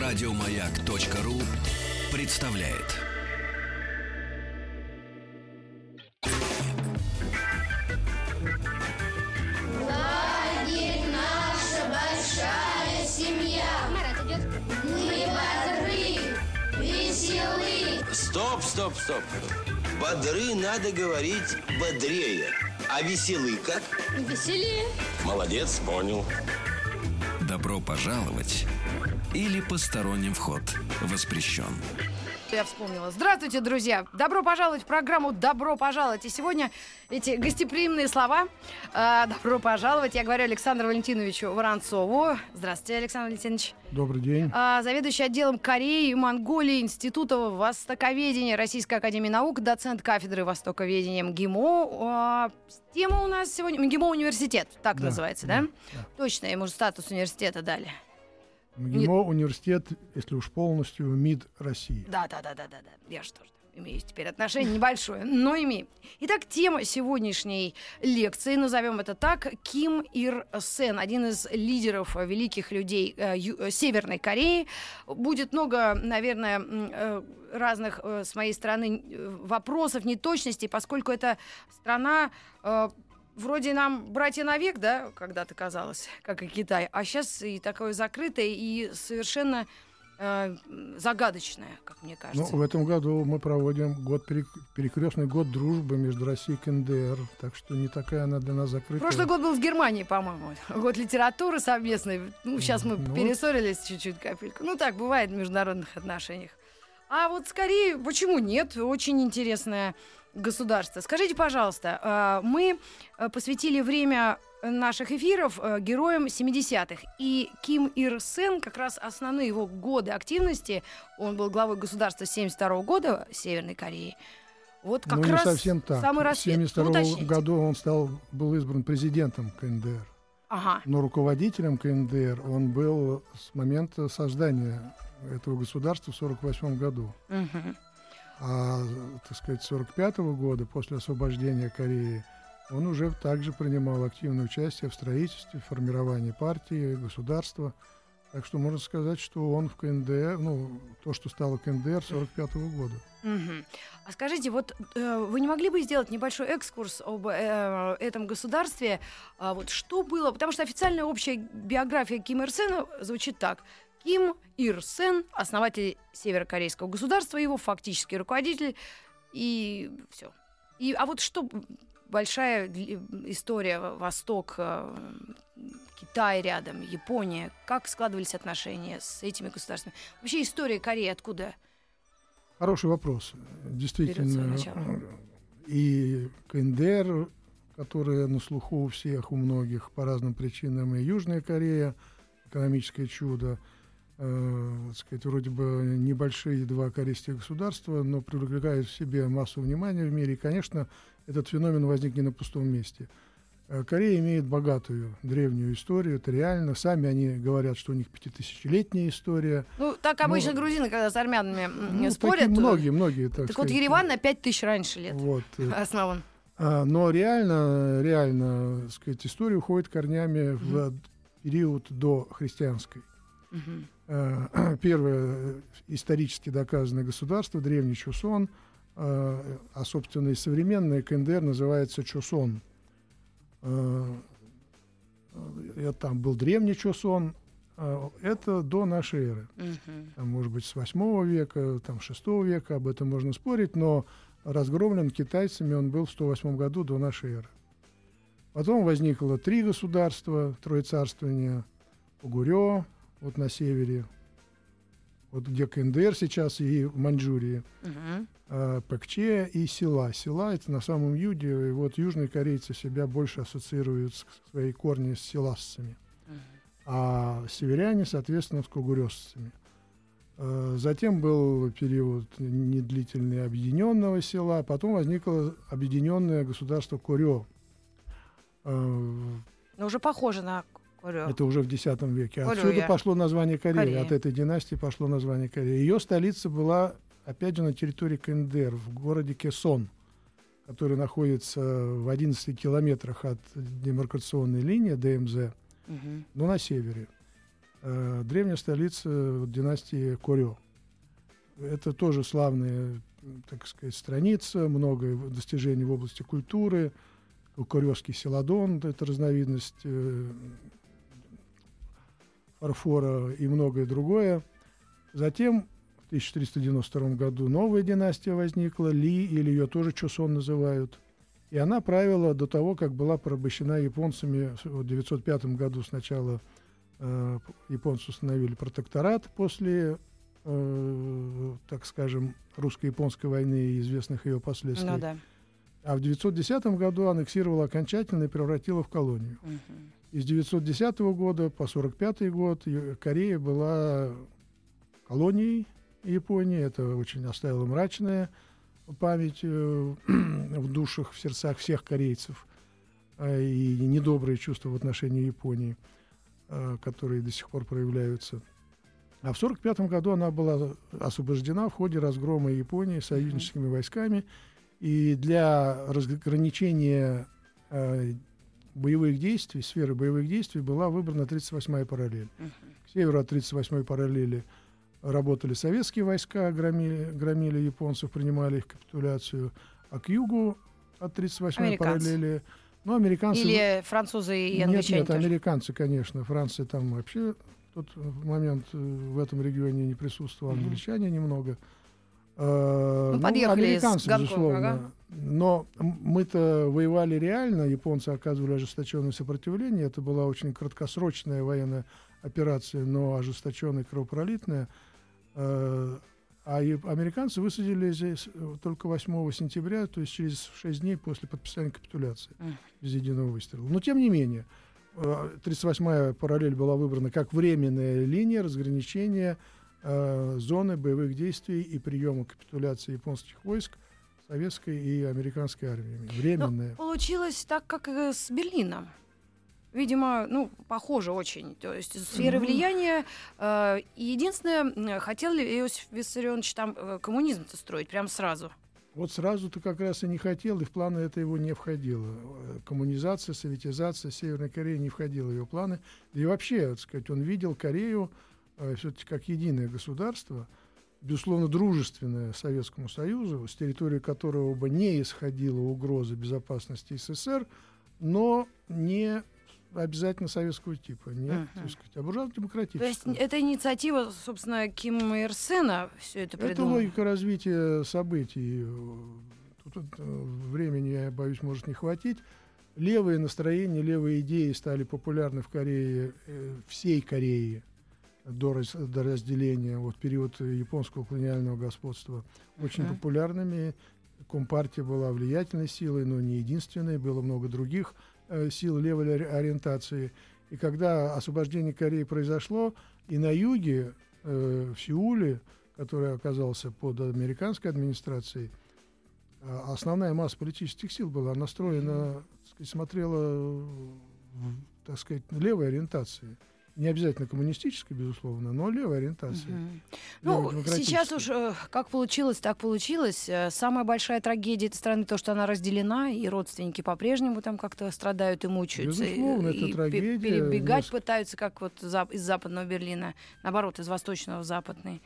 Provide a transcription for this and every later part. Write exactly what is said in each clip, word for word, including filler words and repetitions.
Радиомаяк.ру представляет. Лагерь наша большая семья. Марат идет. Мы бодры, веселы. Стоп, стоп, стоп. Бодры надо говорить бодрее. А веселы как? Веселее. Молодец, понял. Добро пожаловать или посторонним вход воспрещен. Я вспомнила. Здравствуйте, друзья! Добро пожаловать в программу «Добро пожаловать». И сегодня эти гостеприимные слова э, «Добро пожаловать» я говорю Александру Валентиновичу Воронцову. Здравствуйте, Александр Валентинович. Добрый день. Э, заведующий отделом Кореи и Монголии Института Востоковедения Российской академии наук, доцент кафедры Востоковедения МГИМО. Э, тема у нас сегодня МГИМО университет, так Да, называется, да? да, да. Точно, ему же статус университета дали. МГИМО университет, если уж полностью, МИД России. Да, да, да, да, да, да. Я же тоже имею теперь отношение небольшое, но имею. Итак, тема сегодняшней лекции, назовем это так, Ким Ир Сен, один из лидеров великих людей э, Ю- Северной Кореи. Будет много, наверное, э, разных э, с моей стороны вопросов, неточностей, поскольку это страна... Э, Вроде нам братья навек, да, когда-то казалось, как и Китай, а сейчас и такое закрытое, и совершенно э, загадочное, как мне кажется. Ну, в этом году мы проводим год перек... перекрестный год дружбы между Россией и КНДР, так что не такая она для нас закрытая. Прошлый год был в Германии, по-моему, год литературы совместный. Ну, сейчас мы Ну, перессорились чуть-чуть, капельку. Ну, так бывает в международных отношениях. А вот скорее, почему нет? Очень интересное государство. Скажите, пожалуйста, мы посвятили время наших эфиров героям семидесятых. И Ким Ир Сен, как раз основные его годы активности, он был главой государства семьдесят второго года Северной Кореи. Вот как ну, не раз совсем так. самый В рассвет. семьдесят втором Ну, году он стал, был избран президентом КНДР. Ага. Но руководителем КНДР он был с момента создания этого государства в сорок восьмом году. Угу. А, так сказать, с сорок пятого года, после освобождения Кореи, он уже также принимал активное участие в строительстве, формировании партии, государства. Так что можно сказать, что он в КНДР, ну, то, что стало КНДР с сорок пятого года. Угу. А скажите, вот э, вы не могли бы сделать небольшой экскурс об э, этом государстве? А вот что было? Потому что официальная общая биография Ким Ир Сена звучит так. Ким Ир Сен, основатель северокорейского государства, его фактический руководитель, и все. И, а вот что большая история, Восток, Китай рядом, Япония, как складывались отношения с этими государствами? Вообще история Кореи откуда? Хороший вопрос. Действительно, и КНДР, которая на слуху у всех, у многих по разным причинам, и Южная Корея, экономическое чудо, э, так сказать, вроде бы небольшие два корейских государства, но привлекают в себе массу внимания в мире. И, конечно, этот феномен возник не на пустом месте. Корея имеет богатую древнюю историю, это реально. Сами они говорят, что у них пятитысячелетняя история. Ну, так обычно но... грузины, когда с армянами ну, спорят. Многие, многие, так Так сказать. вот, Ереван на пять тысяч раньше лет вот. основан. А, но реально, реально, так сказать, история уходит корнями mm-hmm. в период до христианской. Mm-hmm. А, первое исторически доказанное государство, древний Чосон, а, а собственно, и современное КНДР называется Чосон. Это там был древний Чосон, это до нашей эры. Uh-huh. Там, может быть, с восьмого века, там, шестого века, об этом можно спорить, но разгромлен китайцами он был в сто восьмом году до нашей эры. Потом возникло три государства, троецарствования, Угурё, вот на севере, вот где КНДР сейчас, и в Маньчжурии, uh-huh. а, Пэкче и Сила. Сила — это на самом юге, и вот южные корейцы себя больше ассоциируют с своей корни с силасцами, uh-huh. а северяне, соответственно, с кугурёсцами. А, затем был период недлительный объединенного села, потом возникло объединенное государство Корё. А, Но уже похоже на Корё. Это уже в десятом веке. Корё, Отсюда я... пошло название Кореи. Корея. От этой династии пошло название Кореи. Ее столица была, опять же, на территории КНДР, в городе Кесон, который находится в одиннадцати километрах от демаркационной линии ДМЗ, угу. но на севере. э, древняя столица династии Корё. Это тоже славная, так сказать, страница, много достижений в области культуры. Корёский селадон — это разновидность э, фарфора и многое другое. Затем в тысяча триста девяносто втором году новая династия возникла, Ли, или ее тоже Чосон называют. И она правила до того, как была порабощена японцами. В девятьсот пятом году сначала э, японцы установили протекторат после, э, так скажем, русско-японской войны и известных ее последствий. Ну, да. А в девятьсот десятом году аннексировала окончательно и превратила в колонию. Угу. И с девятьсот десятого года по сорок пятый год Корея была колонией Японии. Это очень оставило мрачная память э, в душах, в сердцах всех корейцев э, и недобрые чувства в отношении Японии, э, которые до сих пор проявляются. А в сорок пятом году она была освобождена в ходе разгрома Японии союзническими войсками. И для разграничения э, боевых действий, сферы боевых действий была выбрана тридцать восьмая параллель. Uh-huh. К северу от тридцать восьмой параллели работали советские войска, громили, громили японцев, принимали их капитуляцию, а к югу от тридцать восьмой параллели... Ну, американцы... Или французы и англичане Нет, нет, тоже. Американцы, конечно. Франция там вообще в тот момент в этом регионе не присутствовала, uh-huh. англичане немного. Uh, ну, ну, подъехали американцы, из Гонконга, безусловно. ага. Но мы-то воевали реально, японцы оказывали ожесточенное сопротивление. Это была очень краткосрочная военная операция, но ожесточенная, кровопролитная. Uh, а американцы высадили здесь только восьмого сентября, то есть через шесть дней после подписания капитуляции, uh. без единого выстрела. Но тем не менее, тридцать восьмая параллель была выбрана как временная линия разграничения зоны боевых действий и приема капитуляции японских войск советской и американской армиями. Временная. Но получилось так, как и с Берлином. Видимо, ну, похоже очень. То есть сферы mm-hmm. влияния. Э, единственное, хотел ли Иосиф Виссарионович там э, коммунизм-то строить прямо сразу? Вот сразу-то как раз и не хотел, и в планы это его не входило. Коммунизация, советизация Северной Кореи не входила в его планы. Да и вообще, так сказать, он видел Корею все-таки как единое государство, безусловно, дружественное Советскому Союзу, с территории которого бы не исходила угроза безопасности СССР, но не обязательно советского типа, не, uh-huh. так сказать, а буржуазно-демократического. То есть это инициатива, собственно, Ким Ир Сена все это придумала? Это логика развития событий. Тут времени, я боюсь, может не хватить. Левые настроения, левые идеи стали популярны в Корее, всей Корее, До, раз, до разделения, вот период японского колониального господства, очень uh-huh. популярными. Компартия была влиятельной силой, но не единственной. Было много других э, сил левой ориентации. И когда освобождение Кореи произошло, и на юге, э, в Сеуле, который оказался под американской администрацией, э, основная масса политических сил была настроена, uh-huh. так сказать, смотрела, в, так сказать, левой ориентации. Не обязательно коммунистической, безусловно, но левой ориентации. Uh-huh. Ну, сейчас уж э, как получилось, так получилось. Э, самая большая трагедия этой страны то, что она разделена, и родственники по-прежнему там как-то страдают и мучаются. Безусловно, и, это и трагедия. Перебегать Здесь... пытаются, как вот зап- из западного Берлина, наоборот, из восточного в западный.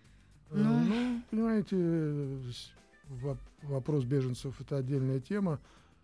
Ну, ну понимаете, вопрос беженцев — это отдельная тема.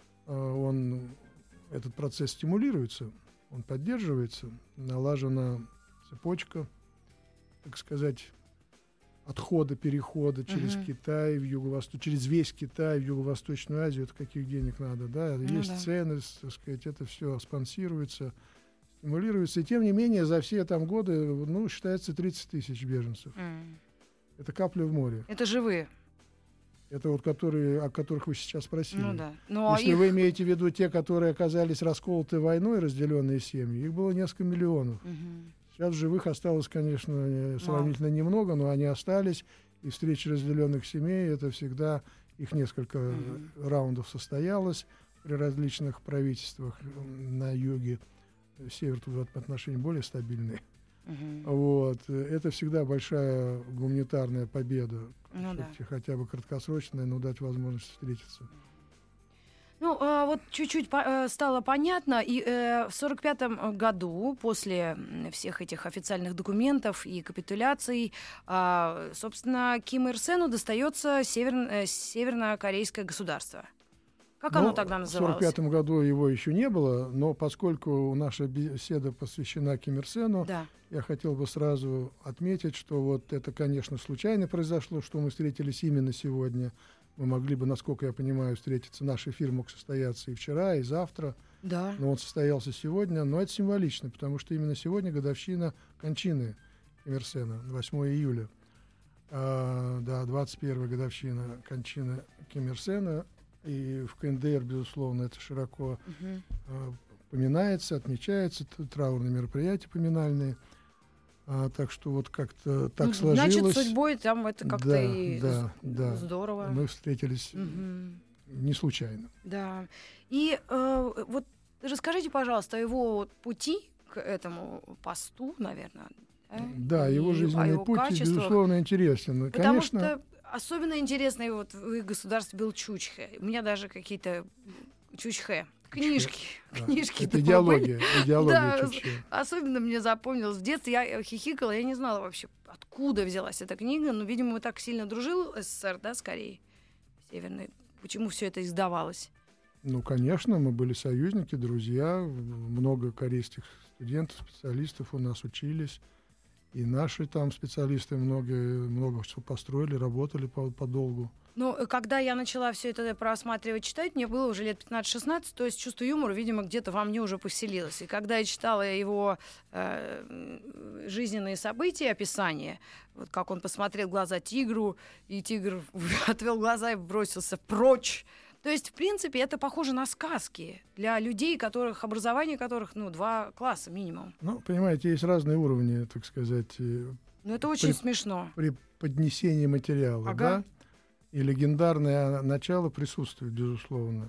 Он, этот процесс стимулируется. Он поддерживается, налажена цепочка, так сказать, отхода, перехода через uh-huh. Китай в юго-восток, через весь Китай в Юго-Восточную Азию. Это каких денег надо, да? Ну, есть да. цены, так сказать, это все спонсируется, стимулируется. И тем не менее, за все там годы, ну, считается тридцать тысяч беженцев. Uh-huh. Это капля в море. Это живые. Это вот которые, о которых вы сейчас спросили. Ну, да. Ну, Если их... вы имеете в виду те, которые оказались расколоты войной, разделенные семьи, их было несколько миллионов. Угу. Сейчас живых осталось, конечно, сравнительно Мало. немного, но они остались. И встреча разделенных семей, это всегда их несколько угу. раундов состоялось при различных правительствах на юге. Север тут в этом отношении более стабильный. Uh-huh. Вот. Это всегда большая гуманитарная победа. Ну, да. Хотя бы краткосрочная, но дать возможность встретиться. Ну, а, вот чуть-чуть по- э, стало понятно, и э, в сорок пятом году, после м, всех этих официальных документов и капитуляций, а, собственно, Ким Ир Сену достается север- э, северно-корейское государство. Как Но оно тогда в называлось? сорок пятом году его еще не было, но поскольку наша беседа посвящена Ким Ир Сену, Да. я хотел бы сразу отметить, что вот это, конечно, случайно произошло, что мы встретились именно сегодня. Мы могли бы, насколько я понимаю, встретиться. Наш эфир мог состояться и вчера, и завтра, Да. но он состоялся сегодня. Но это символично, потому что именно сегодня годовщина кончины Ким Ир Сена, восьмое июля. А, да, двадцать первая годовщина кончины Ким Ир Сена. И в КНДР, безусловно, это широко Мгм. а, поминается, отмечается, т- траурные мероприятия поминальные. А, так что вот как-то так Ну, сложилось. Значит, судьбой там это как-то Да, и да, з- да. здорово. Мы встретились Мгм. не случайно. Да. И э, вот расскажите, пожалуйста, о его вот пути к этому посту, наверное. Да, его и жизненный о его путь, качествах. безусловно, интересен. Потому Конечно, что особенно интересный вот в их государстве был Чучхе. У меня даже какие-то Чучхе. Книжки. да, Книжки. это дома были. идеология, идеология Да, Чучхе. Особенно мне запомнилось в детстве. Я хихикала, я не знала вообще, откуда взялась эта книга. Но, видимо, так сильно дружил СССР, да, скорее, Северный. Почему все это издавалось? Ну, конечно, мы были союзники, друзья. Много корейских студентов, специалистов у нас учились. И наши там специалисты много, много что построили, работали по- подолгу. Ну, когда я начала все это просматривать, читать, мне было уже лет пятнадцать-шестнадцать, то есть чувство юмора, видимо, где-то во мне уже поселилось. И когда я читала его э, жизненные события, описание, вот как он посмотрел в глаза тигру, и тигр отвел глаза и бросился прочь. То есть, в принципе, это похоже на сказки для людей, которых, образование которых, ну, два класса минимум. Ну, понимаете, есть разные уровни, так сказать, э, Ну, это очень При- смешно. при поднесении материала, Ага. да? И легендарное начало присутствует, безусловно.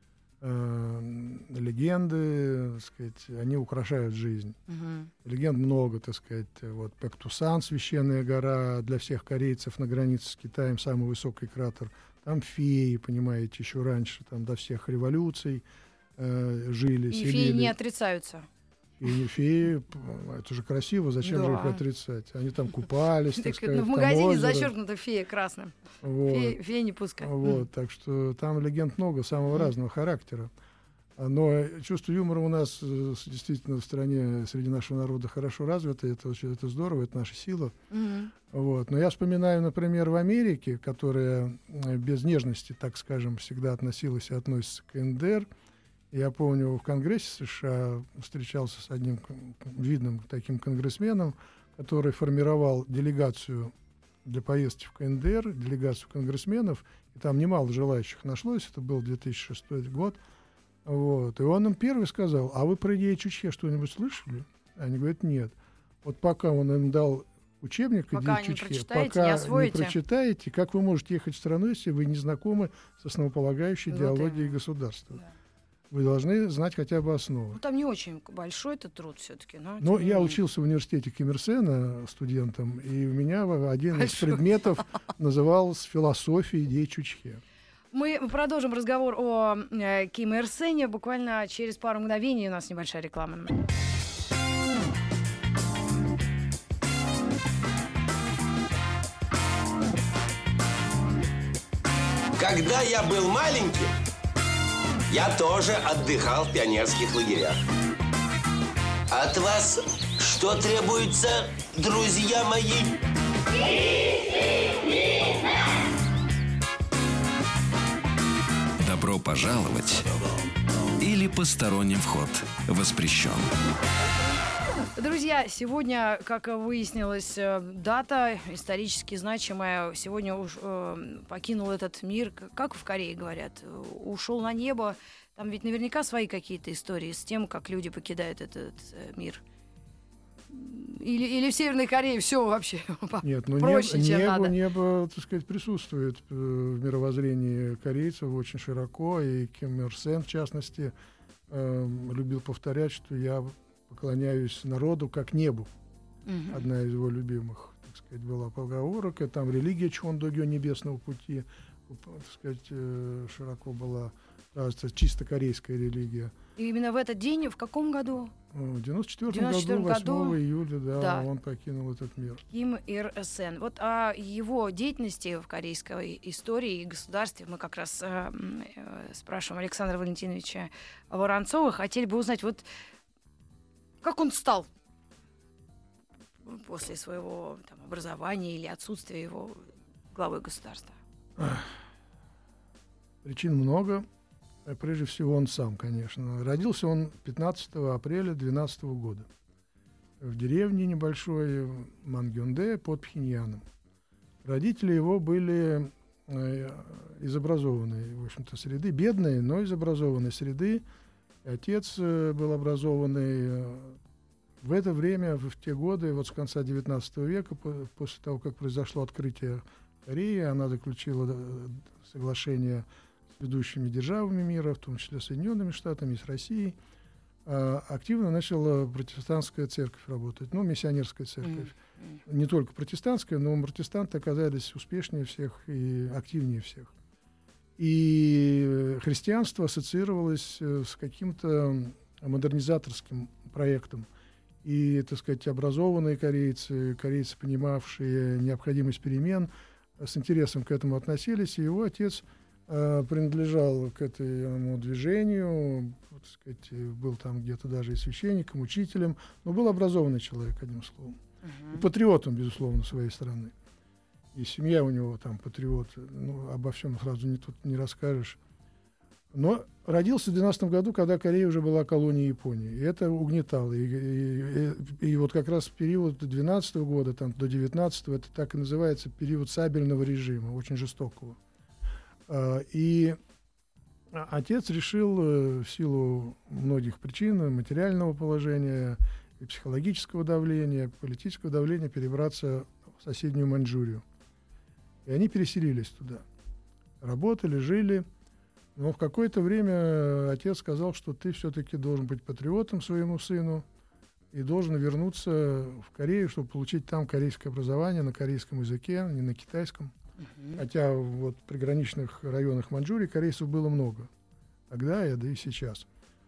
Э, легенды, так сказать, они украшают жизнь. Мгм. Легенд много, так сказать. Вот Пэктусан, священная гора для всех корейцев на границе с Китаем, самый высокий кратер. Там феи, понимаете, еще раньше, там до всех революций э, жили, И селили. феи не отрицаются. И феи, п- это же красиво, зачем же их Да. отрицать? Они там купались, так Так, сказать, ну, в там магазине озеро. зачеркнуто фея красным. Вот. Фея, фея не пускай. Вот, так что там легенд много, самого Мгм. разного характера. А, Но чувство юмора у нас э, с- действительно в стране, среди нашего народа хорошо развито, это, очень- это здорово, это наша сила. Мгм. Вот. Но я вспоминаю, например, в Америке, которая э, без нежности, так скажем, всегда относилась и относится к КНДР. Я помню, в Конгрессе США встречался с одним к- видным таким конгрессменом, который формировал делегацию для поездки в КНДР, делегацию конгрессменов, и там немало желающих нашлось, это был две тысячи шестой год. Вот. И он им первый сказал: а вы про идею Чучхе что-нибудь слышали? Они говорят: нет. Вот пока он им дал учебник Пока идеи не Чучхе, прочитаете, пока не освоите. прочитаете, как вы можете ехать в страну, если вы не знакомы с основополагающей Вот идеологией именно. государства? Да. Вы должны знать хотя бы основы. Ну, там не очень большой этот труд все-таки. Но, Но тем не я менее. учился в университете Ким Ир Сена студентом, и у меня в- один из Большой. предметов назывался «Философия идей Чучхе». Мы продолжим разговор о э, Ким Ир Сене буквально через пару мгновений. У нас небольшая реклама. Когда я был маленьким, я тоже отдыхал в пионерских лагерях. От вас что требуется, друзья мои? Добро пожаловать или посторонним вход воспрещен. Друзья, сегодня, как выяснилось, э, дата исторически значимая. Сегодня уж э, покинул этот мир, к- как в Корее говорят, э, ушел на небо. Там ведь наверняка свои какие-то истории с тем, как люди покидают этот э, мир. Или, или в Северной Корее все вообще Нет, ну проще, небо, чем небо, надо. небо, так сказать, присутствует э, в мировоззрении корейцев очень широко, и Ким Ир Сен, в частности, э, любил повторять, что я поклоняюсь народу как небу. Мгм. Одна из его любимых, так сказать, была поговорка. Там религия Чондогё, небесного пути, так сказать, э, широко была это чисто корейская религия. И именно в этот день, в каком году? В девяносто четвёртом году, восьмого июля, да, да, он покинул этот мир. Ким Ир Сен. Вот о его деятельности в корейской истории и государстве мы как раз э, э, спрашиваем Александра Валентиновича Воронцова. Хотели бы узнать, вот как он стал после своего там, образования или отсутствия его главой государства? Причин много. Прежде всего, он сам, конечно. Родился он пятнадцатого апреля две тысячи двенадцатого года в деревне небольшой Мангёнде под Пхеньяном. Родители его были э, из образованной, в общем-то, среды, бедные, но из образованной среды. Отец э, был образованный. Э, в это время, в, в те годы, вот с конца девятнадцатого века, по, после того, как произошло открытие Кореи, она заключила э, соглашение с ведущими державами мира, в том числе с Соединенными Штатами, с Россией, а, активно начала протестантская церковь работать, ну, миссионерская церковь. Mm-hmm. Не только протестантская, но протестанты оказались успешнее всех и активнее всех. И христианство ассоциировалось с каким-то модернизаторским проектом. И, так сказать, образованные корейцы, корейцы, понимавшие необходимость перемен, с интересом к этому относились, и его отец э, принадлежал к этому движению, так сказать, был там где-то даже и священником, учителем, но был образованный человек, одним словом. Uh-huh. И патриотом, безусловно, своей страны. И семья у него там патриот, ну, обо всем сразу не, тут не расскажешь. Но родился в двенадцатом году, когда Корея уже была колонией Японии. И это угнетало. И, и, и, и вот как раз период двенадцатого года там, до девятнадцатого, это так и называется период сабельного режима, очень жестокого. И отец решил в силу многих причин, материального положения, и психологического давления, политического давления перебраться в соседнюю Маньчжурию. И они переселились туда. Работали, жили. Но в какое-то время отец сказал, что ты все-таки должен быть патриотом своему сыну и должен вернуться в Корею, чтобы получить там корейское образование на корейском языке, не на китайском. Uh-huh. Хотя вот в приграничных районах Маньчжурии корейцев было много. Тогда, да и сейчас.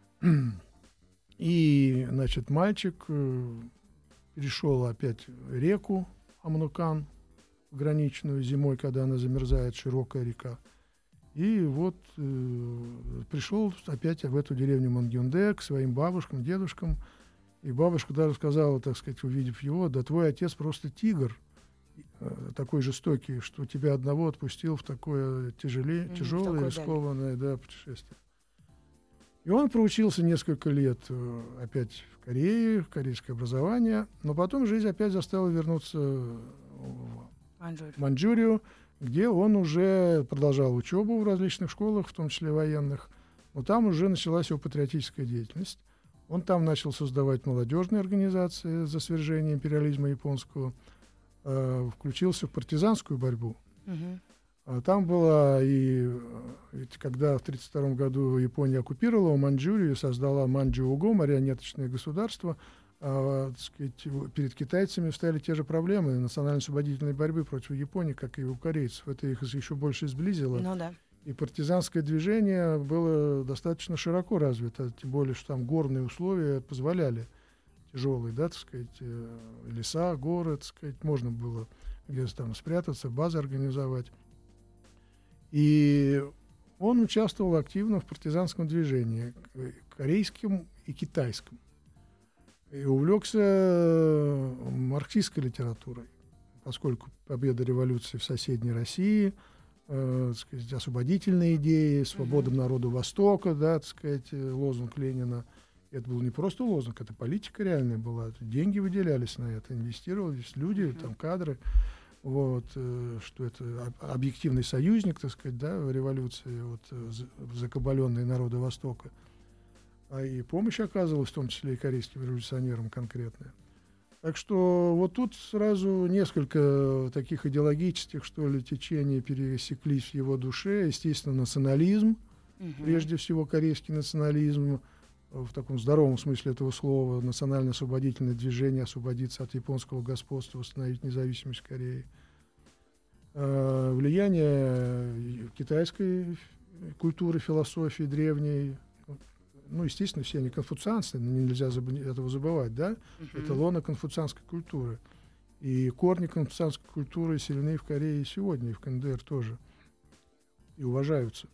И, значит, мальчик перешел опять реку Амнукан, граничную, зимой, когда она замерзает, широкая река. И вот э, пришел опять в эту деревню Мангёнде к своим бабушкам, дедушкам. И бабушка даже сказала, так сказать, увидев его: да твой отец просто тигр, э, такой жестокий, что тебя одного отпустил в такое тяжеле, mm-hmm, тяжелое, рискованное да, путешествие. И он проучился несколько лет э, опять в Корее, в корейское образование, но потом жизнь опять заставила вернуться в Маньчжурию. Маньчжурию, где он уже продолжал учебу в различных школах, в том числе военных, но там уже началась его патриотическая деятельность. Он там начал создавать молодежные организации за свержение империализма японского, э, включился в партизанскую борьбу. Uh-huh. А там была и... Ведь когда в тысяча девятьсот тридцать втором году Япония оккупировала Маньчжурию и создала Маньчжоу-го, марионеточное государство, а, так сказать, перед китайцами встали те же проблемы национально-освободительной борьбы против Японии, как и у корейцев. Это их еще больше сблизило. Ну, да. И партизанское движение было достаточно широко развито, тем более, что там горные условия позволяли тяжелые, да, так сказать, леса, горы, так сказать, можно было где-то там спрятаться, базы организовать. И он участвовал активно в партизанском движении, корейском и китайском. И увлекся марксистской литературой, поскольку победа революции в соседней России, э, так сказать, освободительные идеи, свобода mm-hmm. народу Востока, да, так сказать, лозунг Ленина. Это был не просто лозунг, это политика реальная была. Деньги выделялись на это, инвестировались люди, mm-hmm. там кадры. Вот, э, что это объективный союзник, так сказать, да, в революции, вот, закабаленные народы Востока. А и помощь оказывалась, в том числе и корейским революционерам конкретная. Так что вот тут сразу несколько таких идеологических, что ли, течений пересеклись в его душе. Естественно, национализм, угу. прежде всего корейский национализм, в таком здоровом смысле этого слова, национально-освободительное движение, освободиться от японского господства, восстановить независимость Кореи. Влияние китайской культуры, философии древней. Ну, естественно, все они конфуцианцы, но нельзя заб- этого забывать, да? Uh-huh. Это лоно конфуцианской культуры. И корни конфуцианской культуры сильны в Корее и сегодня, и в КНДР тоже. И уважаются.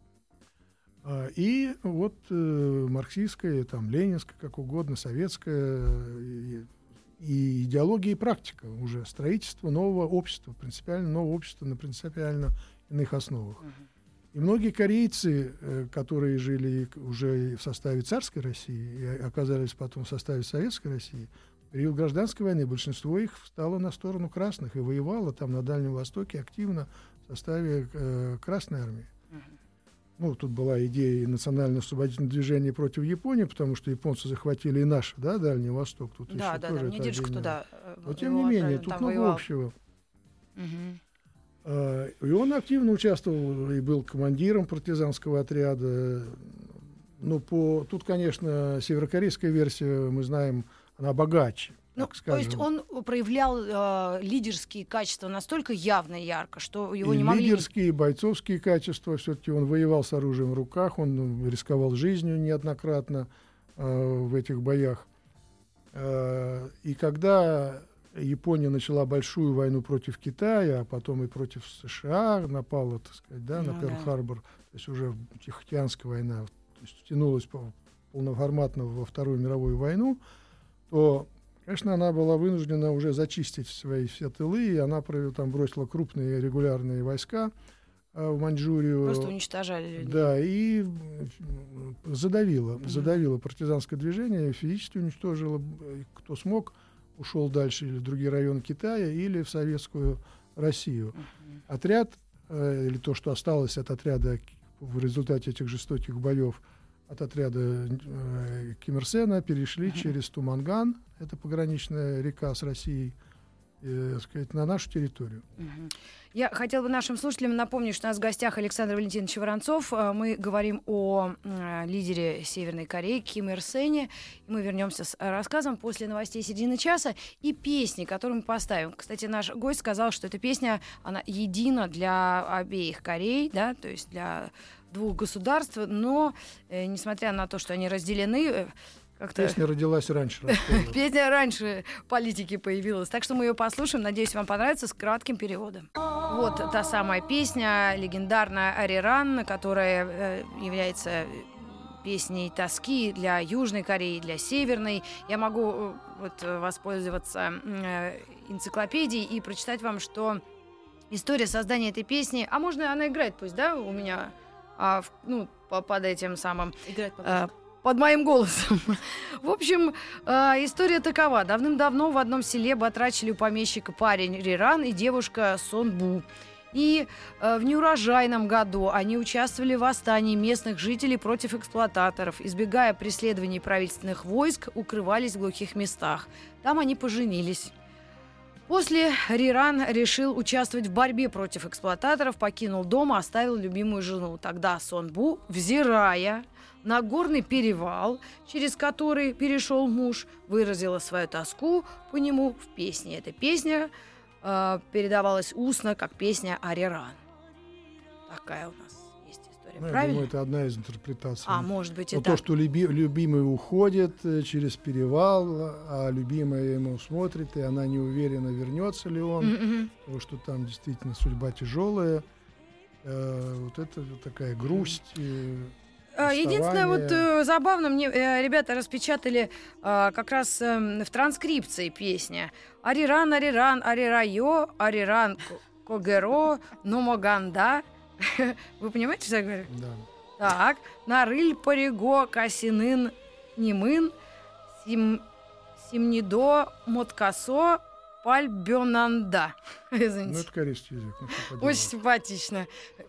А, и вот э, марксистская, там, ленинская, как угодно, советская, и, и идеология, и практика уже. Строительство нового общества, принципиально нового общества на принципиально иных основах. Uh-huh. И многие корейцы, э, которые жили уже в составе царской России и оказались потом в составе советской России, в период гражданской войны большинство их встало на сторону красных и воевало там на Дальнем Востоке активно в составе э, Красной армии. Uh-huh. Ну, тут была идея национально-освободительного движения против Японии, потому что японцы захватили и наш, да, Дальний Восток. Тут да, еще да, тоже да, мне дедушка туда. Но тем не менее, тут много воевал. Общего. Uh-huh. И он активно участвовал и был командиром партизанского отряда. Ну, по... Тут, конечно, северокорейская версия, мы знаем, она богаче. Ну, то есть он проявлял э, лидерские качества настолько явно и ярко, что его и не могли... лидерские, и бойцовские качества. Все-таки он воевал с оружием в руках, он рисковал жизнью неоднократно э, в этих боях. Э, и когда Япония начала большую войну против Китая, а потом и против США, напала, так сказать, да, ну, на Перл-Харбор, то есть уже Тихоокеанская война, то есть втянулась полноформатно во Вторую мировую войну, то, конечно, она была вынуждена уже зачистить свои все тылы, и она там бросила крупные регулярные войска э, в Маньчжурию. Просто уничтожали людей. Да, и задавила, mm-hmm. задавила партизанское движение, физически уничтожила, кто смог, ушел дальше или в другие районы Китая, или в советскую Россию. Uh-huh. Отряд, э, или то, что осталось от отряда в результате этих жестоких боев, от отряда э, Ким Ир Сена, перешли uh-huh. через Туманган, это пограничная река с Россией, э, так сказать, на нашу территорию. Uh-huh. Я хотела бы нашим слушателям напомнить, что у нас в гостях Александр Валентинович Воронцов. Мы говорим о э, лидере Северной Кореи Ким Ир Сене. Мы вернемся с рассказом после новостей середины часа и песни, которую мы поставим. Кстати, наш гость сказал, что эта песня, она едина для обеих Корей, да, то есть для двух государств, но, э, несмотря на то, что они разделены, э, как-то... Песня родилась раньше. Песня раньше политики появилась. Так что мы ее послушаем. Надеюсь, вам понравится, с кратким переводом. Вот та самая песня, легендарная «Ариран», которая э, является песней тоски для Южной Кореи, для Северной. Я могу э, вот, воспользоваться э, энциклопедией и прочитать вам, что история создания этой песни... А можно она играет пусть, да, у меня? А, в, ну, по, под этим самым... Играет под э, под моим голосом. В общем, э, история такова. Давным-давно в одном селе батрачили у помещика парень Риран и девушка Сонбу. И э, в неурожайном году они участвовали в восстании местных жителей против эксплуататоров. Избегая преследований правительственных войск, укрывались в глухих местах. Там они поженились. После Риран решил участвовать в борьбе против эксплуататоров, покинул дом, оставил любимую жену. Тогда Сонбу, взирая на горный перевал, через который перешел муж, выразила свою тоску по нему в песне. Эта песня э, передавалась устно, как песня Ариран. Такая у нас есть история. Ну, правильно? Я думаю, это одна из интерпретаций. А, может быть, и Но так. то, что люби, любимый уходит э, через перевал, а любимая ему смотрит, и она не уверена, вернется ли он, Mm-mm. потому что там действительно судьба тяжелая. Э, вот это вот такая грусть. Э, Единственное, вот э, забавно, мне э, ребята распечатали э, как раз э, в транскрипции песня. Ариран, Ариран, Арирайо, Ариран, Когеро, Номоганда. Вы понимаете, что я говорю? Да. Так. Нарыль, Париго, Касинын, Нимын, Сим, Симнидо, Моткасо, Пальбёнанда. Извините. Ну, это корейский язык. Ну, очень симпатично.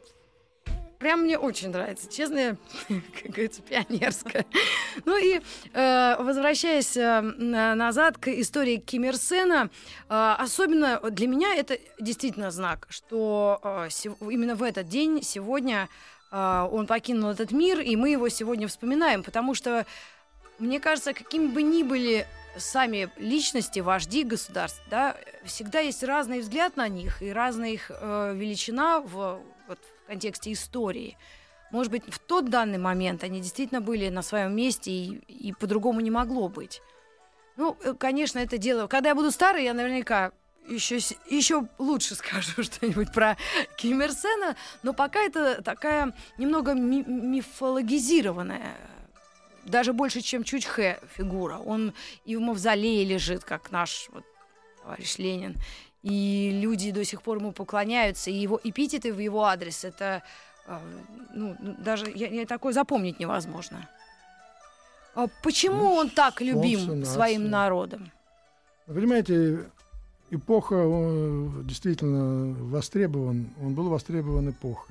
Прям мне очень нравится, честно, как говорится, пионерская. Ну и э, возвращаясь э, назад к истории Ким Ир Сена, э, особенно для меня это действительно знак, что э, сев- именно в этот день, сегодня, э, он покинул этот мир, и мы его сегодня вспоминаем, потому что, мне кажется, какими бы ни были сами личности, вожди государств, да, всегда есть разный взгляд на них и разная их э, величина в, вот, в контексте истории. может быть, в тот данный момент они действительно были на своем месте, и, и по-другому не могло быть. Ну, конечно, это дело... Когда я буду старой, я наверняка еще, еще лучше скажу что-нибудь про Ким Ир Сена, но пока это такая немного ми- мифологизированная, даже больше, чем Чучхе фигура. Он и в мавзолее лежит, как наш вот, товарищ Ленин, и люди до сих пор ему поклоняются, и его эпитеты в его адрес, это ну, даже я, я такое запомнить невозможно. А почему ну, он так любим своим народом? Вы понимаете, эпоха он действительно востребован, он был востребован эпохой.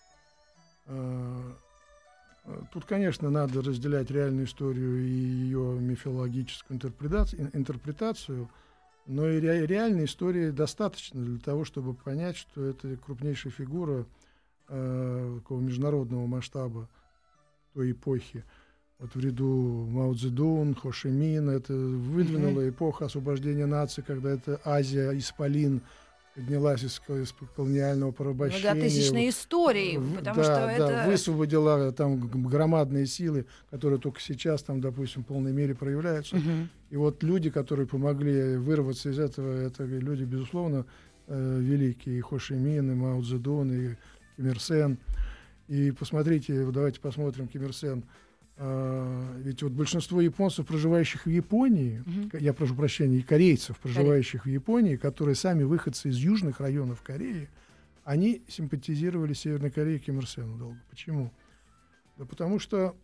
Тут, конечно, надо разделять реальную историю и ее мифологическую интерпретацию, интерпретацию, но и ре, реальной истории достаточно для того, чтобы понять, что это крупнейшая фигура э, такого международного масштаба той эпохи. Вот в ряду Мао Цзэдун, Хо Ши Мин, это выдвинула mm-hmm. эпоха освобождения нации, когда это Азия, исполин, поднялась из, из колониального порабощения. Многотысячной истории, потому да, что да, это... высвободила там громадные силы, которые только сейчас, там, допустим, в полной мере проявляются. Uh-huh. И вот люди, которые помогли вырваться из этого, это люди, безусловно, э, великие. И Хо Ши Мин, и Мао Цзэдун, и Ким Ир Сен. И посмотрите, давайте посмотрим Ким Ир Сен. Uh, ведь вот большинство японцев, проживающих в Японии, uh-huh. я прошу прощения, и корейцев, проживающих Корей. в Японии, которые сами выходцы из южных районов Кореи, они симпатизировали Северной Корее Ким Ир Сену долго. Почему? Да потому что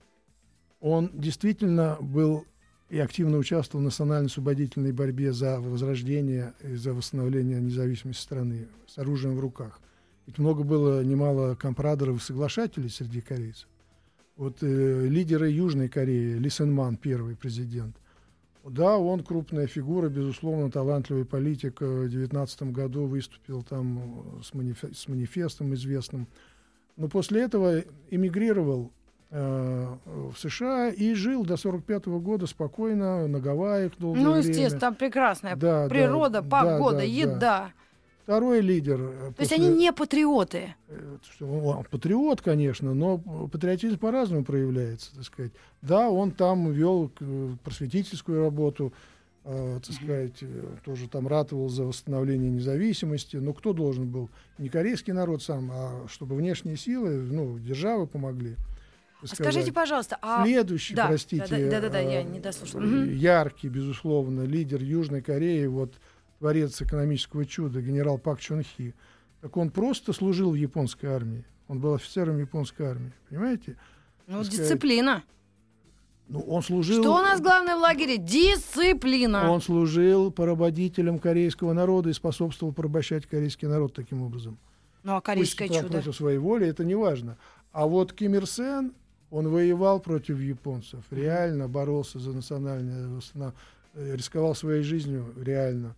он действительно был и активно участвовал в национально-освободительной борьбе за возрождение и за восстановление независимости страны с оружием в руках. Ведь много было, немало компрадоров и соглашателей среди корейцев. Вот э, лидеры Южной Кореи, Ли Сен Ман, первый президент, да, он крупная фигура, безусловно, талантливый политик. В две тысячи девятнадцатом году выступил там с, манифе- с манифестом известным. Но после этого эмигрировал э, в США и жил до сорок пятого года спокойно на Гавайях долгое ну, время. Ну, естественно, там прекрасная да, природа, да, погода, да, еда. Да. Второй лидер. То после... есть они не патриоты? Он патриот, конечно, но патриотизм по-разному проявляется, так сказать. Да, он там вел просветительскую работу, э, так сказать, тоже там ратовал за восстановление независимости. Но кто должен был? Не корейский народ сам, а чтобы внешние силы, ну, державы помогли. А скажите, пожалуйста, а... Следующий, да, простите, да, да, да, да, я не дослушала. яркий, безусловно, лидер Южной Кореи, вот, творец экономического чуда, генерал Пак Чон Хи, так он просто служил в японской армии. Он был офицером японской армии. Понимаете? Ну, так дисциплина. Сказать, ну, он служил... Что у нас главное в лагере? Дисциплина. Он служил поработителем корейского народа и способствовал порабощать корейский народ таким образом. Ну, а корейское Пусть, чудо? Против своей воли, это не важно. А вот Ким Ир Сен, он воевал против японцев, реально боролся за национальное... рисковал своей жизнью реально.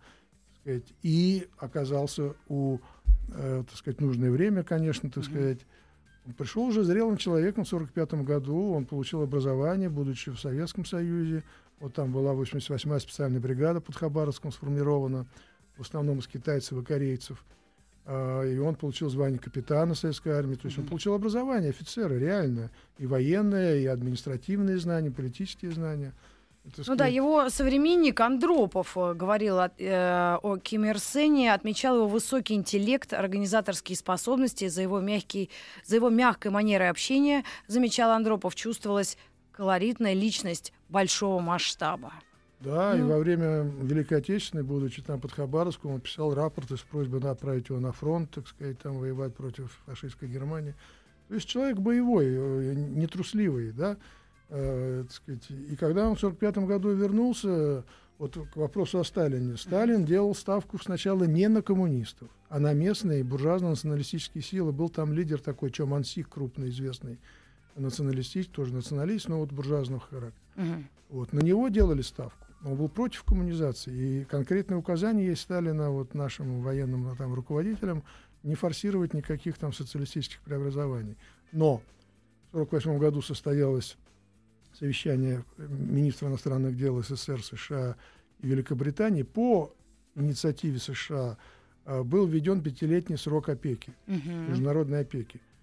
И оказался у, э, так сказать, нужное время, конечно, так mm-hmm. сказать. Он пришел уже зрелым человеком в сорок пятом году, он получил образование, будучи в Советском Союзе. Вот там была восемьдесят восьмая специальная бригада под Хабаровском сформирована, в основном из китайцев и корейцев. Э, и он получил звание капитана Советской армии. То есть mm-hmm. он получил образование офицера, реально. И военное, и административные знания, политические знания. Ну да, его современник Андропов говорил о, э, о Ким Ир Сене, отмечал его высокий интеллект, организаторские способности, за его, мягкий, за его мягкой манерой общения, замечал Андропов, чувствовалась колоритная личность большого масштаба. Да, ну. и во время Великой Отечественной, будучи там под Хабаровском, он писал рапорты с просьбой отправить его на фронт, так сказать, там воевать против фашистской Германии. То есть человек боевой, нетрусливый, да. Uh, так сказать. И когда он в сорок пятом году вернулся, вот к вопросу о Сталине, Сталин делал ставку сначала не на коммунистов, а на местные буржуазно-националистические силы. Был там лидер такой Чо Ман Сик, крупный, известный националистик, тоже националист, но вот буржуазного характера. Uh-huh. Вот. На него делали ставку. Он был против коммунизации. И конкретное указание есть Сталина вот, нашим военным там, руководителям не форсировать никаких там социалистических преобразований. Но в сорок восьмом году состоялось совещание министра иностранных дел СССР, США и Великобритании. По инициативе США был введен пятилетний срок опеки, uh-huh. международной опеки.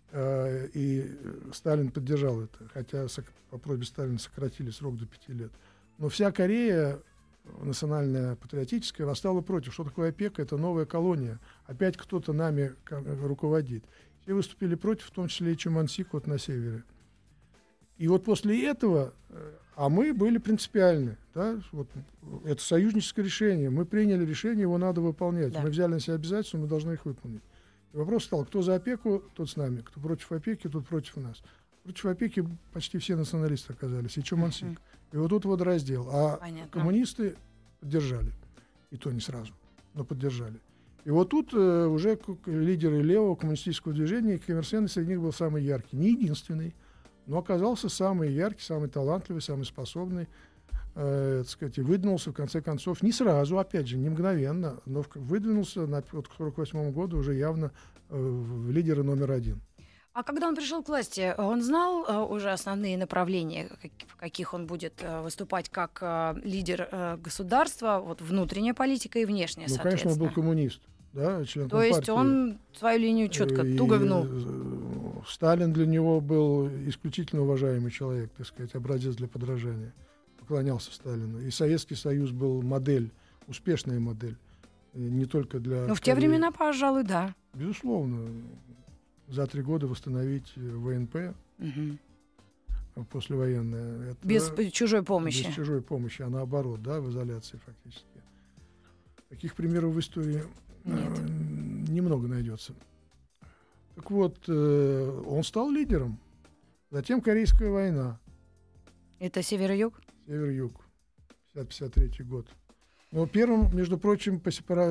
э, и Сталин поддержал это, хотя сок- по просьбе Сталина сократили срок до пяти лет. Но вся Корея национальная, патриотическая, восстала против. Что такое опека? Это новая колония. Опять кто-то нами руководит. Все выступили против, в том числе и Чумансик вот на севере. И вот после этого, а мы были принципиальны. Да? Вот, это союзническое решение. Мы приняли решение, его надо выполнять. Да. Мы взяли на себя обязательства, мы должны их выполнить. И вопрос стал, кто за опеку, тот с нами. Кто против опеки, тот против нас. Против опеки почти все националисты оказались. И Чумансик. Uh-huh. И вот тут вот раздел. А Понятно. Коммунисты поддержали. И то не сразу, но поддержали. И вот тут э, уже к- лидеры левого коммунистического движения, Ким Ир Сен среди них был самый яркий. Не единственный, но оказался самый яркий, самый талантливый, самый способный. Э, так сказать, и выдвинулся, в конце концов, не сразу, опять же, не мгновенно, но в, выдвинулся на, вот, к сорок восьмому году уже явно э, в лидеры номер один. А когда он пришел к власти, он знал э, уже основные направления, как, в каких он будет э, выступать как э, лидер э, государства, вот внутренняя политика и внешняя, ну, соответственно? Ну, конечно, он был коммунист, да, член То Компартии. есть он свою линию четко, и, туго гнул. Сталин для него был исключительно уважаемый человек, так сказать, образец для подражания. Поклонялся Сталину. И Советский Союз был модель, успешная модель, не только для... Ну, в те времена, пожалуй, да. Безусловно. За три года восстановить ВНП угу. послевоенное. Это без чужой помощи. Без чужой помощи, а наоборот, да, в изоляции фактически. Таких примеров в истории э, немного найдется. Так вот, э, он стал лидером. Затем Корейская война. Это север-юг? Север-юг. пятьдесят пятьдесят третий год. Но первым, между прочим, по, сепара...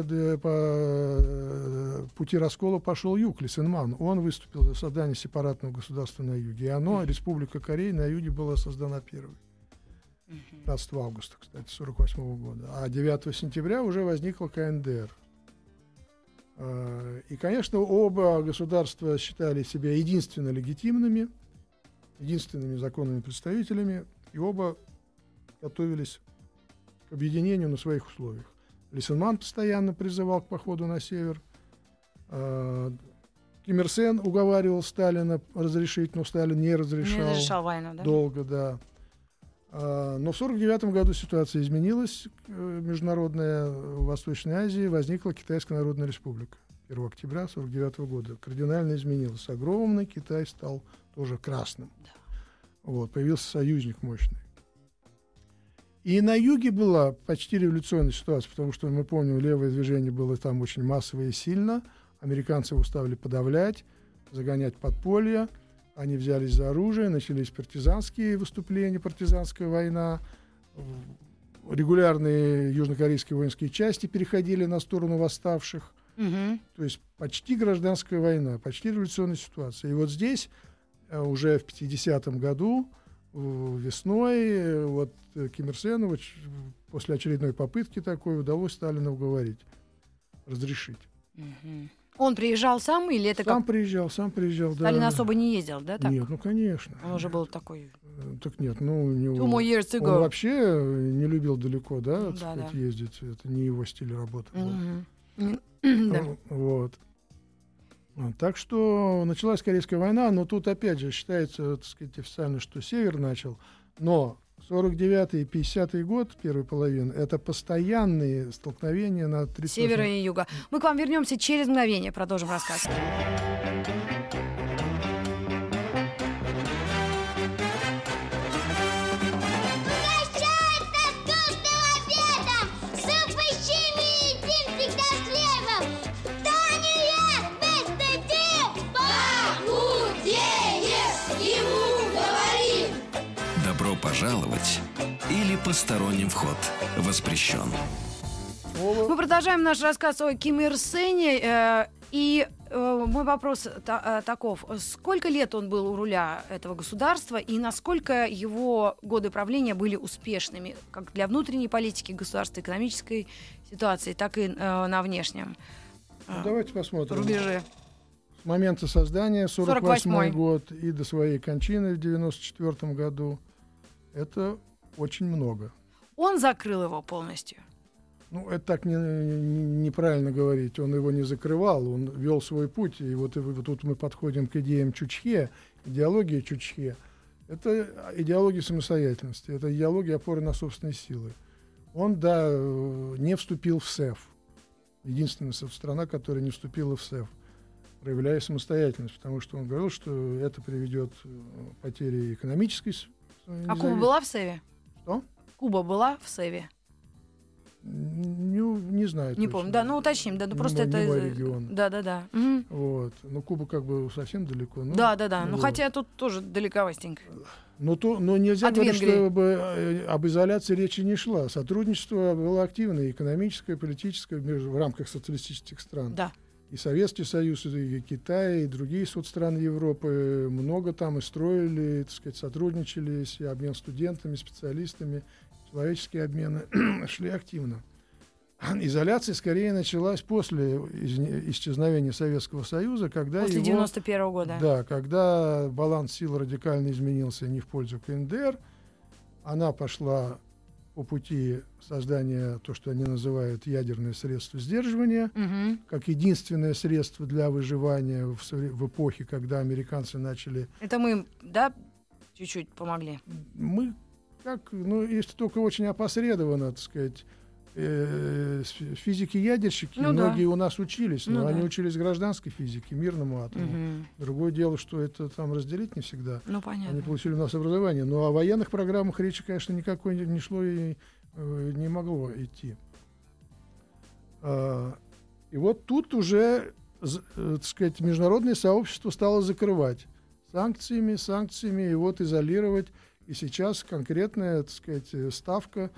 по пути раскола пошел Юг, Ли Сен Ман. Он выступил за создание сепаратного государства на юге. И оно, Республика Корея, на юге была создана первой. пятнадцатого августа, кстати, сорок восьмого года. А девятого сентября уже возникла ка эн дэ эр. И, конечно, оба государства считали себя единственно легитимными, единственными законными представителями, и оба готовились к объединению на своих условиях. Ли Сен Ман постоянно призывал к походу на север. Ким Ир Сен уговаривал Сталина разрешить, но Сталин не разрешал. Не разрешал войну, да? Долго, да. Но в сорок девятом году ситуация изменилась. Международная в Восточной Азии возникла Китайская Народная Республика. первого октября сорок девятого года. Кардинально изменилось. Огромный Китай стал тоже красным. Да. Вот, появился союзник мощный. И на юге была почти революционная ситуация, потому что, мы помним, левое движение было там очень массовое и сильно. Американцы его стали подавлять, загонять подполья. Они взялись за оружие, начались партизанские выступления, партизанская война. Регулярные южнокорейские воинские части переходили на сторону восставших. Угу. То есть почти гражданская война, почти революционная ситуация. И вот здесь уже в пятидесятом году весной вот Ким Ир Сену вот, после очередной попытки такой удалось Сталина уговорить, разрешить. Угу. Он приезжал сам или это сам как... приезжал, сам приезжал, да. Сталин особо не ездил, да? Так? Нет, ну конечно. Он уже был такой... Так нет, ну у него... Two more years to go. Он вообще не любил далеко, да, ну, так да, сказать, да. ездить. Это не его стиль работы. Угу. Да. Вот. Так что началась Корейская война, но тут опять же считается, так сказать, официально, что Север начал, но сорок девятый и пятидесятый год, первой половины, это постоянные столкновения на тридцать севера и юга. Мы к вам вернемся через мгновение, продолжим рассказ. Пожаловать или посторонним вход воспрещен. Мы продолжаем наш рассказ о Ким Ир Сене. Э, и э, мой вопрос та, э, таков. Сколько лет он был у руля этого государства и насколько его годы правления были успешными как для внутренней политики государства, экономической ситуации, так и э, на внешнем э, ну, давайте посмотрим. Рубеже? С момента создания сорок восьмой год и до своей кончины в девяносто четвёртом году. Это очень много. Он закрыл его полностью? Ну, это так не, не- неправильно говорить. Он его не закрывал, он вел свой путь. И вот, и вот тут мы подходим к идеям Чучхе, идеологии Чучхе. Это идеология самостоятельности, это идеология опоры на собственные силы. Он, да, не вступил в СЭФ. Единственная страна, которая не вступила в СЭФ, проявляя самостоятельность, потому что он говорил, что это приведет к потере экономической с- А Куба была в СЭВе? Что? Куба была в СЭВе? Не, не знаю. Не точно. помню. Да, ну уточним. Да, ну Не просто мой- это... не мой регион. Да, да, да. Мгм. Вот. Ну, Куба как бы совсем далеко. Ну, Да, да, да. Ну вот. хотя тут тоже далековастенько. Но, то, но нельзя От говорить, Венгрии. чтобы э, об изоляции речи не шла. Сотрудничество было активное, экономическое, политическое между, в рамках социалистических стран. Да. И Советский Союз, и Китай, и другие соцстраны Европы много там и строили, так сказать, сотрудничали, и обмен студентами, специалистами, человеческие обмены шли активно. Изоляция скорее началась после из- исчезновения Советского Союза, когда После его... девяносто первого года. Да, когда баланс сил радикально изменился не в пользу КНДР, она пошла по пути создания то, что они называют ядерное средство сдерживания, Мгм. как единственное средство для выживания в, совре- в эпохе, когда американцы начали... Это мы, им, да, чуть-чуть помогли. Мы, как, ну, если только очень опосредованно, так сказать, э, с- физики-ядерщики, Ну да. многие у нас учились, но Ну они да. учились гражданской физике, мирному атому. Мгм. Другое дело, что это там разделить не всегда. Ну Они понятно. получили у нас образование. Но о военных программах речи, конечно, никакой не, не шло и э, не могло идти. А, и вот тут уже, з- э, так сказать, международное сообщество стало закрывать санкциями, санкциями, и вот изолировать. И сейчас конкретная, так сказать, э, ставка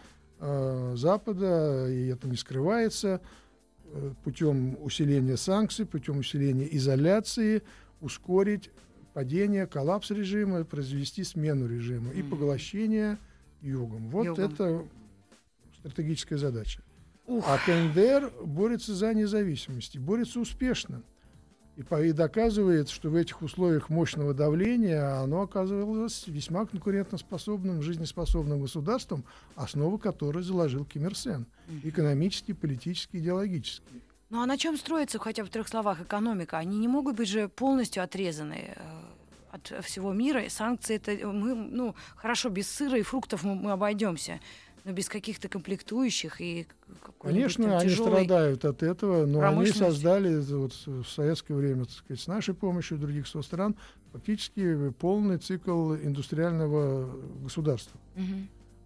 э, Запада, и это не скрывается, э, путем усиления санкций, путем усиления изоляции, ускорить падение, коллапс режима, произвести смену режима и Мгм. поглощение югом. Вот Югом. это стратегическая задача. Ух. А КНДР борется за независимость, и борется успешно. И, по- и доказывает, что в этих условиях мощного давления оно оказывалось весьма конкурентоспособным, жизнеспособным государством, основу которой заложил Ким Ир Сен. Экономически, политически, идеологически. Ну а на чем строится, хотя бы в трех словах, экономика? Они не могут быть же полностью отрезаны э, от всего мира. И санкции это мы, ну, хорошо, без сыра и фруктов мы, мы обойдемся. Но без каких-то комплектующих и какой-нибудь Конечно, там они тяжелой- страдают от этого, но они промышленности. создали вот, в советское время, так сказать, с нашей помощью других стран фактически полный цикл индустриального государства. Мгм.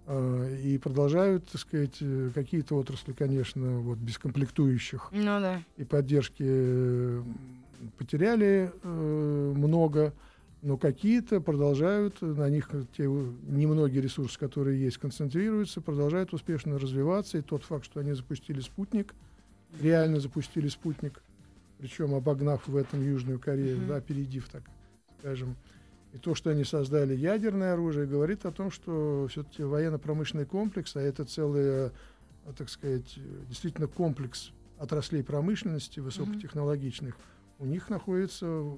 Э, И продолжают, так сказать, э, какие-то отрасли, конечно, вот, без комплектующих Ну да. и поддержки э, потеряли э, много, но какие-то продолжают, на них те немногие ресурсы, которые есть, концентрируются, продолжают успешно развиваться. И тот факт, что они запустили спутник, реально запустили спутник, причем обогнав в этом Южную Корею, Мгм. да, опередив, так скажем. И то, что они создали ядерное оружие, говорит о том, что все-таки военно-промышленный комплекс, а это целый, э, так сказать, э, действительно комплекс отраслей промышленности высокотехнологичных, у них находится э,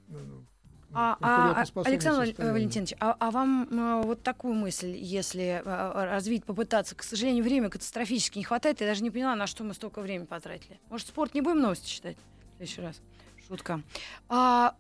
А, а, конкурентоспособном Александр состоянии. Валентинович, а, а вам э, вот такую мысль, если э, развить, попытаться, к сожалению, времени катастрофически не хватает, я даже не поняла, на что мы столько времени потратили. Может, спорт не будем новости читать в следующий раз? Шутка. А,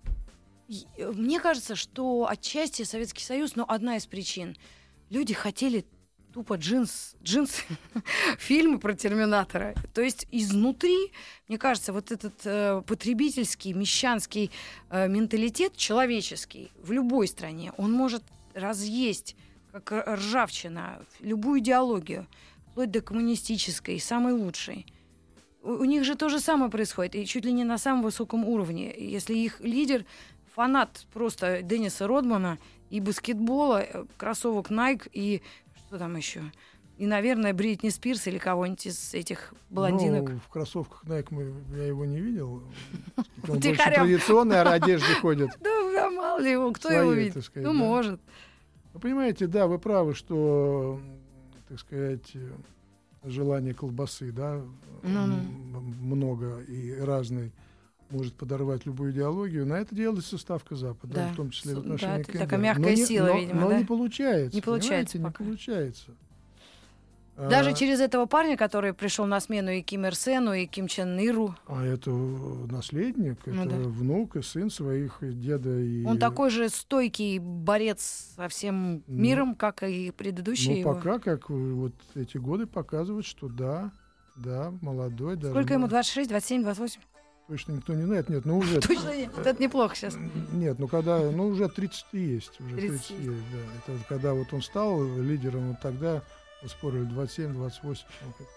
и, э, мне кажется, что отчасти Советский Союз, но одна из причин. Люди хотели тупо джинс, джинсы, фильмы про Терминатора. То есть изнутри, мне кажется, вот этот э, потребительский, мещанский э, менталитет человеческий в любой стране, он может разъесть, как р- ржавчина, любую идеологию, вплоть до коммунистической, самой лучшей. У, у них же то же самое происходит, и чуть ли не на самом высоком уровне. Если их лидер фанат просто Денниса Родмана и баскетбола, э, кроссовок Nike и что там еще? И, наверное, Бритни Спирс или кого-нибудь из этих блондинок. Ну, в кроссовках Nike мы, я его не видел. Он больше Втихаря. традиционной одежде ходит. Да, да, мало ли его, кто Своей, его так видит? сказать, Ну, да. может. Вы понимаете, да, вы правы, что, так сказать, э, желание колбасы, да, Ну-ну. м- много и разной может подорвать любую идеологию. На это делается ставка Запада, Да. в том числе в Да, отношении это КНДР. такая мягкая Но не- сила, но- видимо, но да? не получается. Не получается понимаете, пока. не получается. Даже А, через этого парня, который пришел на смену и Ким Ир Сену, и Ким Чен Иру. а это наследник, Ну это да. внук и сын своих и деда. И... Он такой же стойкий борец со всем Ну, миром, как и предыдущие Ну, его. пока, как э, вот эти годы показывают, что да, да, молодой. Даже Сколько ему? мол- двадцать шесть, двадцать семь, двадцать восемь? Точно никто не знает. Нет, ну уже... Точно нет. Вот это неплохо сейчас. Нет, ну когда, ну уже тридцать есть, уже тридцать тридцать есть, да. Это вот когда вот он стал лидером, вот тогда вот спорили двадцать семь, двадцать восемь.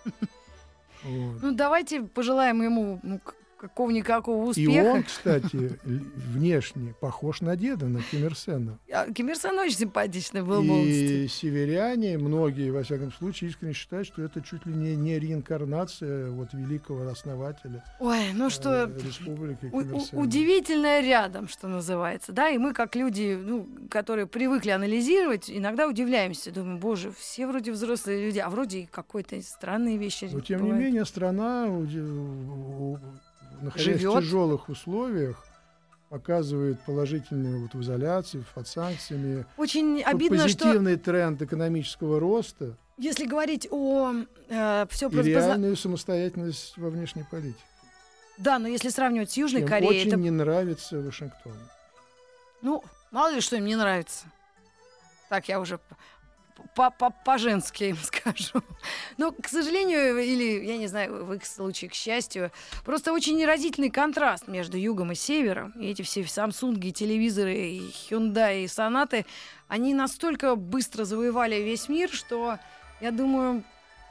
Вот. Ну, давайте пожелаем ему ну, к- какого-никакого И успеха. он, кстати, л- внешне похож на деда, на Ким Ир Сена. А Ким Ир Сен очень симпатичный был в молодости. И северяне, многие, во всяком случае, искренне считают, что это чуть ли не, не реинкарнация вот великого основателя Ой, ну э, что, республики у- Ким Ир у- Сена. удивительное рядом, что называется, да, и мы, как люди, ну, которые привыкли анализировать, иногда удивляемся, думаем, боже, все вроде взрослые люди, а вроде и какой-то странные вещи Но тем бывают. не менее страна, уди- у- у- находясь Живет. в тяжелых условиях, показывает положительную вот в изоляции, под санкциями, Очень обидно, что позитивный тренд экономического роста если говорить о э, все и реальную самостоятельность во внешней политике. да, но если сравнивать с Южной Чем Кореей, очень это, не нравится Вашингтону. ну, мало ли что им не нравится. Так я уже по- по- по-женски им скажу. Но, к сожалению, или, я не знаю, в их случае, к счастью, просто очень неразительный контраст между югом и севером. И эти все самсунги, телевизоры, и Hyundai, и сонаты, они настолько быстро завоевали весь мир, что, я думаю,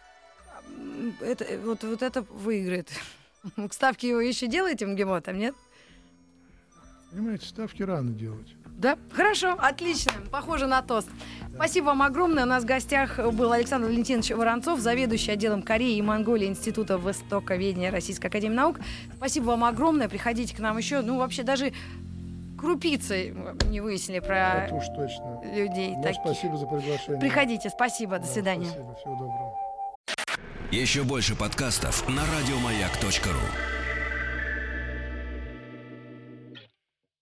м, это, вот, вот это выиграет. Ставки его еще делаете, МГИМО, там, нет? Понимаете, ставки рано делать. Да? Хорошо, отлично. Похоже на тост. Спасибо вам огромное. У нас в гостях был Александр Валентинович Воронцов, заведующий отделом Кореи и Монголии Института Востоковедения Российской академии наук. Спасибо вам огромное. Приходите к нам еще. Ну, вообще, даже крупицы не выяснили про Это уж точно. людей. Ну, таких. спасибо за приглашение. Приходите. Спасибо. До Да, свидания. Спасибо. Всего доброго. Еще больше подкастов на радиомаяк точка ру.